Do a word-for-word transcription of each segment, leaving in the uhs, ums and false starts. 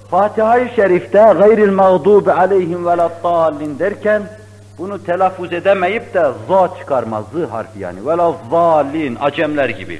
Fatiha-i Şerif'te gayril mağdubi aleyhim veleddallin derken bunu telaffuz edemeyip de za çıkarmaz, zı harfi yani. Veleddallin, acemler gibi.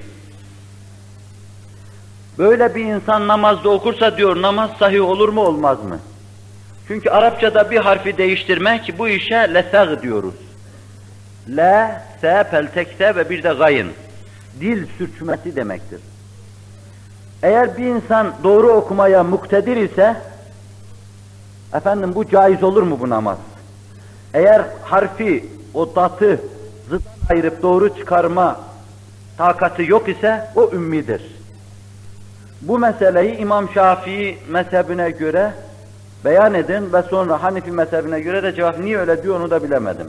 Böyle bir insan namazda okursa diyor, namaz sahih olur mu olmaz mı? Çünkü Arapçada bir harfi değiştirmek, bu işe lesag diyoruz. Le, se, peltekte ve bir de gayın. Dil sürçmesi demektir. Eğer bir insan doğru okumaya muktedir ise, efendim bu caiz olur mu bu namaz? Eğer harfi, o datı zıttan ayırıp doğru çıkarma takatı yok ise, o ümmidir. Bu meseleyi İmam Şafii mezhebine göre beyan edin ve sonra Hanefi mezhebine göre de cevap niye öyle diyor onu da bilemedim.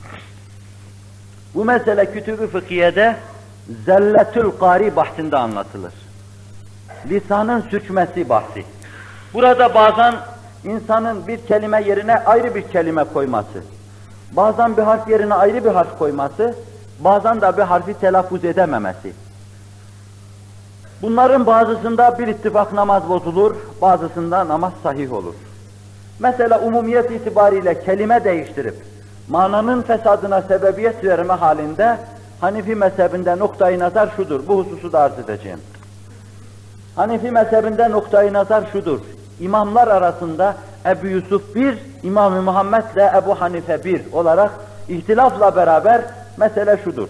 Bu mesele Kütüb-ü Fıkhiye'de zelletül kari bahsinde anlatılır. Lisanın sürçmesi bahsi. Burada bazen insanın bir kelime yerine ayrı bir kelime koyması, bazen bir harf yerine ayrı bir harf koyması, bazen de bir harfi telaffuz edememesi. Bunların bazısında bir ittifak namaz bozulur, bazısında namaz sahih olur. Mesela umumiyet itibariyle kelime değiştirip mananın fesadına sebebiyet verme halinde Hanefi mezhebinde noktayı nazar şudur, bu hususu da arz edeceğim. Hanefi mezhebinde noktayı nazar şudur, İmamlar arasında Ebu Yusuf bir, İmam-ı Muhammed ile Ebu Hanife bir olarak ihtilafla beraber mesele şudur.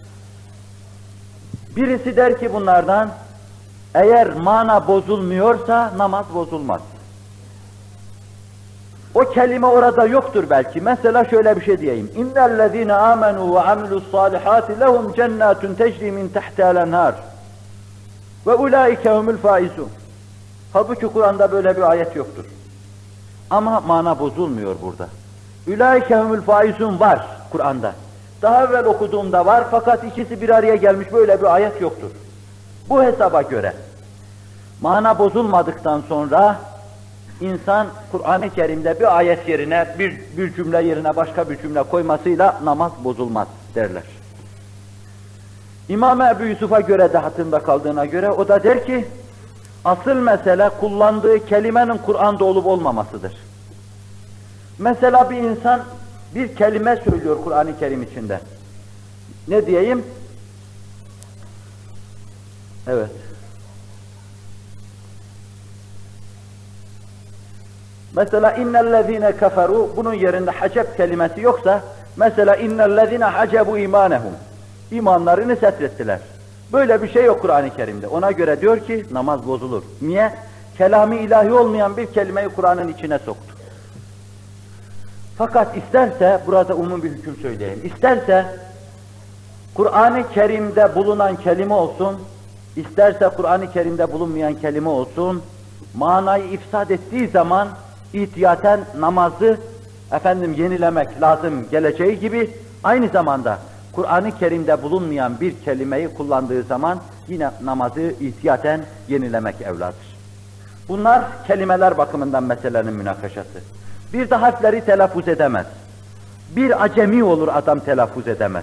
Birisi der ki bunlardan, eğer mana bozulmuyorsa namaz bozulmaz. O kelime orada yoktur belki. Mesela şöyle bir şey diyeyim. İnnellezîne âmenû ve amilussâlihâti lehum cennâtun tecrî min tahtihâl enhâr ve ulâike humul fâizûn. Halbuki Kur'an'da böyle bir ayet yoktur. Ama mana bozulmuyor burada. Ulâike humul fâizûn var Kur'an'da. Daha evvel okuduğumda var fakat ikisi bir araya gelmiş böyle bir ayet yoktur. Bu hesaba göre mana bozulmadıktan sonra İnsan Kur'an-ı Kerim'de bir ayet yerine, bir, bir cümle yerine başka bir cümle koymasıyla namaz bozulmaz derler. İmam Ebu Yusuf'a göre de hatırında kaldığına göre o da der ki, asıl mesele kullandığı kelimenin Kur'an'da olup olmamasıdır. Mesela bir insan bir kelime söylüyor Kur'an-ı Kerim içinde. Ne diyeyim? Evet. Mesela innellezîne keferû, bunun yerinde haceb kelimesi yoksa, mesela innellezîne hacebu imanehum, imanlarını setrettiler. Böyle bir şey yok Kur'an-ı Kerim'de. Ona göre diyor ki namaz bozulur. Niye? Kelam-ı ilahi olmayan bir kelimeyi Kur'an'ın içine soktu. Fakat isterse, burada umum bir hüküm söyleyeyim, isterse Kur'an-ı Kerim'de bulunan kelime olsun, isterse Kur'an-ı Kerim'de bulunmayan kelime olsun, manayı ifsad ettiği zaman ihtiyaten namazı efendim yenilemek lazım geleceği gibi, aynı zamanda Kur'an-ı Kerim'de bulunmayan bir kelimeyi kullandığı zaman yine namazı ihtiyaten yenilemek evladır. Bunlar kelimeler bakımından meselenin münakaşası. Bir de harfleri telaffuz edemez. Bir acemi olur adam telaffuz edemez.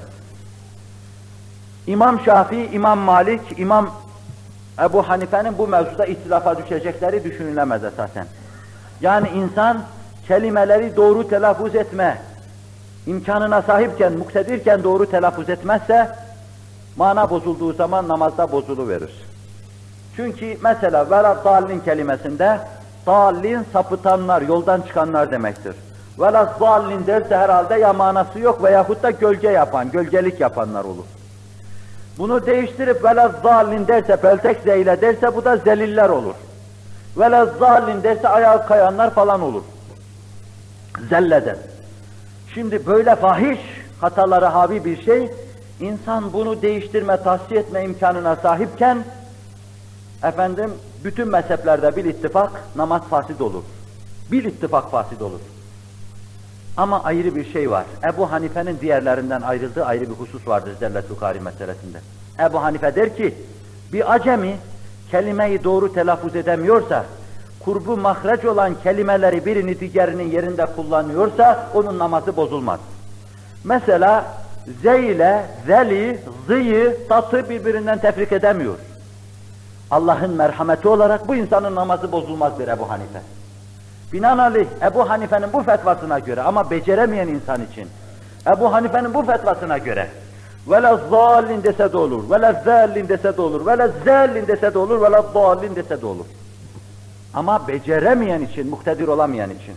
İmam Şafii, İmam Malik, İmam Ebu Hanife'nin bu mevzuda ihtilafa düşecekleri düşünülemez esasen. Yani insan kelimeleri doğru telaffuz etme imkanına sahipken, muktedirken doğru telaffuz etmezse, mana bozulduğu zaman namazda bozuluverir. Çünkü mesela veleddallin kelimesinde, dallin sapıtanlar, yoldan çıkanlar demektir. Veleddallin derse herhalde ya manası yok veyahut da gölge yapan, gölgelik yapanlar olur. Bunu değiştirip veleddallin derse, peltek zeyle derse bu da zeliller olur. Veleddallin derse ayağı kayanlar falan olur. Zelleden. Şimdi böyle fahiş hatalara havi bir şey, insan bunu değiştirme, tahsiye etme imkanına sahipken, efendim, bütün mezheplerde bir ittifak namaz fasid olur. Bir ittifak fasid olur. Ama ayrı bir şey var. Ebu Hanife'nin diğerlerinden ayrıldığı ayrı bir husus vardır zelletül kari meselesinde. Ebu Hanife der ki, bir acemi kelimeyi doğru telaffuz edemiyorsa, kurbu mahreç olan kelimeleri birini diğerinin yerinde kullanıyorsa, onun namazı bozulmaz. Mesela z ile zeli, zıyı, tatı birbirinden tefrik edemiyor. Allah'ın merhameti olarak bu insanın namazı bozulmaz der Ebu Hanife. Binaenaleyh Ebu Hanife'nin bu fetvasına göre ama beceremeyen insan için Ebu Hanife'nin bu fetvasına göre vela zallin dese de olur, vela zallin dese de olur, vela zallin dese de olur, vela zallin dese de olur. Ama beceremeyen için, muktedir olamayan için.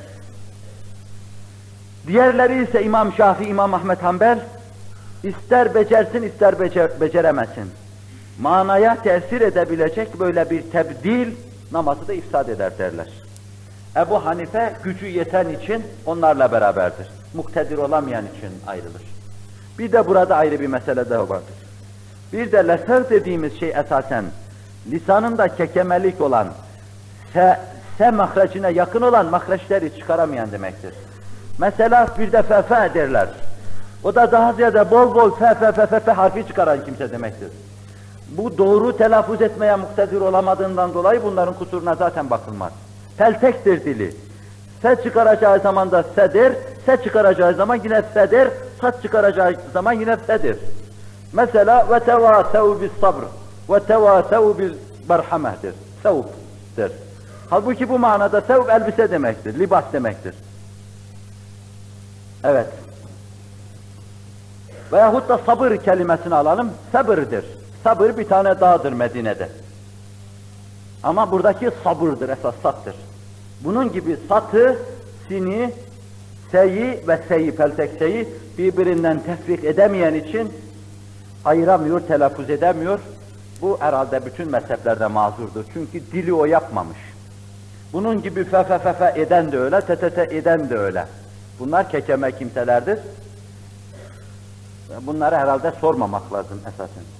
Diğerleri ise İmam Şafii, İmam Ahmed Hanbel, ister becersin, ister becer, beceremesin. Manaya tesir edebilecek böyle bir tebdil namazı da ifsad eder derler. Ebu Hanife gücü yeten için onlarla beraberdir. Muktedir olamayan için ayrılır. Bir de burada ayrı bir mesele daha vardır. Bir de leser dediğimiz şey esasen lisanında kekemelik olan, se, se mahrecine yakın olan mahreçleri çıkaramayan demektir. Mesela bir de fe fe derler. O da daha ziyade bol bol fe fe fe fe fe harfi çıkaran kimse demektir. Bu doğru telaffuz etmeye muktedir olamadığından dolayı bunların kusuruna zaten bakılmaz. Peltektir dili. Se çıkaracağı zaman da sedir, se çıkaracağı zaman yine sedir, sat çıkaracağı zaman yine sedir. Mesela ve tevâsev bis sabr ve tevâsev bil merhamehtir. Sevb'dir. Halbuki bu manada sevb elbise demektir, libas demektir. Evet. Veyahut da sabır kelimesini alalım, sabırdır. Sabır bir tane dağdır Medine'de. Ama buradaki sabırdır, esas sattır. Bunun gibi satı, sini, seyi ve seyi, peltek seyi birbirinden tefrik edemeyen için ayıramıyor, telaffuz edemiyor. Bu herhalde bütün mezheplerde mazurdur. Çünkü dili o yapmamış. Bunun gibi fe fe fe fe eden de öyle, te te te eden de öyle. Bunlar kekeme kimselerdir. Bunları herhalde sormamak lazım esasen.